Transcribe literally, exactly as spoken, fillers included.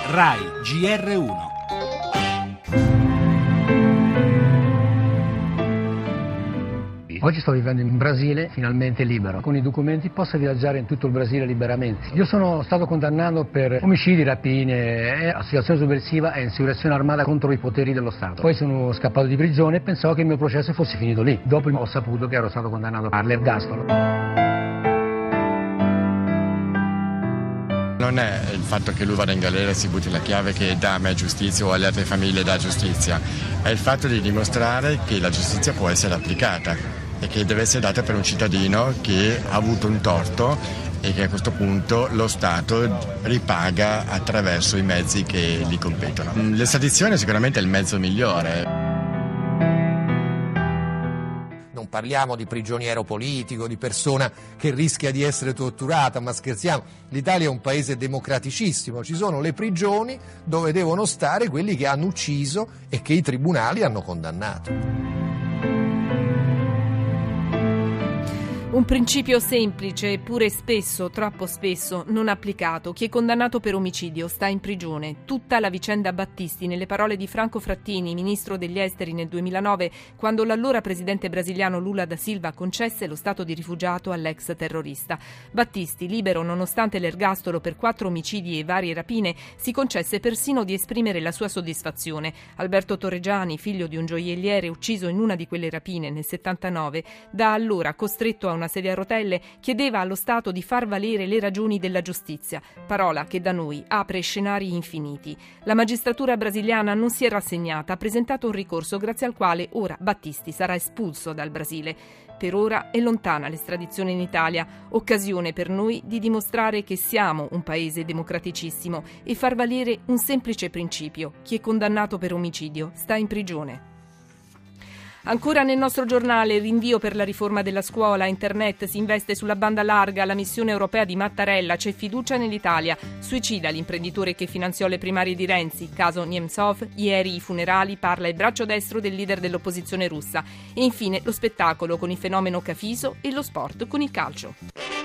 Rai G R uno. Oggi sto vivendo in Brasile, finalmente libero. Con i documenti posso viaggiare in tutto il Brasile liberamente. Io sono stato condannato per omicidi, rapine, associazione sovversiva e insurrezione armata contro i poteri dello Stato. Poi sono scappato di prigione e pensavo che il mio processo fosse finito lì. Dopo ho saputo che ero stato condannato all'ergastolo. Non è il fatto che lui vada in galera e si butti la chiave che dà a me giustizia o alle altre famiglie dà giustizia, è il fatto di dimostrare che la giustizia può essere applicata e che deve essere data per un cittadino che ha avuto un torto e che a questo punto lo Stato ripaga attraverso i mezzi che gli competono. L'estradizione sicuramente è il mezzo migliore. Non parliamo di prigioniero politico, di persona che rischia di essere torturata, ma scherziamo. L'Italia è un paese democraticissimo, ci sono le prigioni dove devono stare quelli che hanno ucciso e che i tribunali hanno condannato. Un principio semplice, eppure spesso, troppo spesso, non applicato. Chi è condannato per omicidio sta in prigione. Tutta la vicenda Battisti, nelle parole di Franco Frattini, ministro degli esteri nel duemilanove, quando l'allora presidente brasiliano Lula da Silva concesse lo stato di rifugiato all'ex terrorista. Battisti, libero nonostante l'ergastolo per quattro omicidi e varie rapine, si concesse persino di esprimere la sua soddisfazione. Alberto Torregiani, figlio di un gioielliere ucciso in una di quelle rapine nel settantanove, da allora costretto a una sedia a rotelle, chiedeva allo Stato di far valere le ragioni della giustizia, parola che da noi apre scenari infiniti. La magistratura brasiliana non si è rassegnata, ha presentato un ricorso grazie al quale ora Battisti sarà espulso dal Brasile. Per ora è lontana l'estradizione in Italia, occasione per noi di dimostrare che siamo un paese democraticissimo e far valere un semplice principio: chi è condannato per omicidio sta in prigione. Ancora nel nostro giornale, il rinvio per la riforma della scuola, internet si investe sulla banda larga, la missione europea di Mattarella, c'è fiducia nell'Italia, suicida l'imprenditore che finanziò le primarie di Renzi, caso Nemtsov, ieri i funerali, parla il braccio destro del leader dell'opposizione russa e infine lo spettacolo con il fenomeno Cafiso e lo sport con il calcio.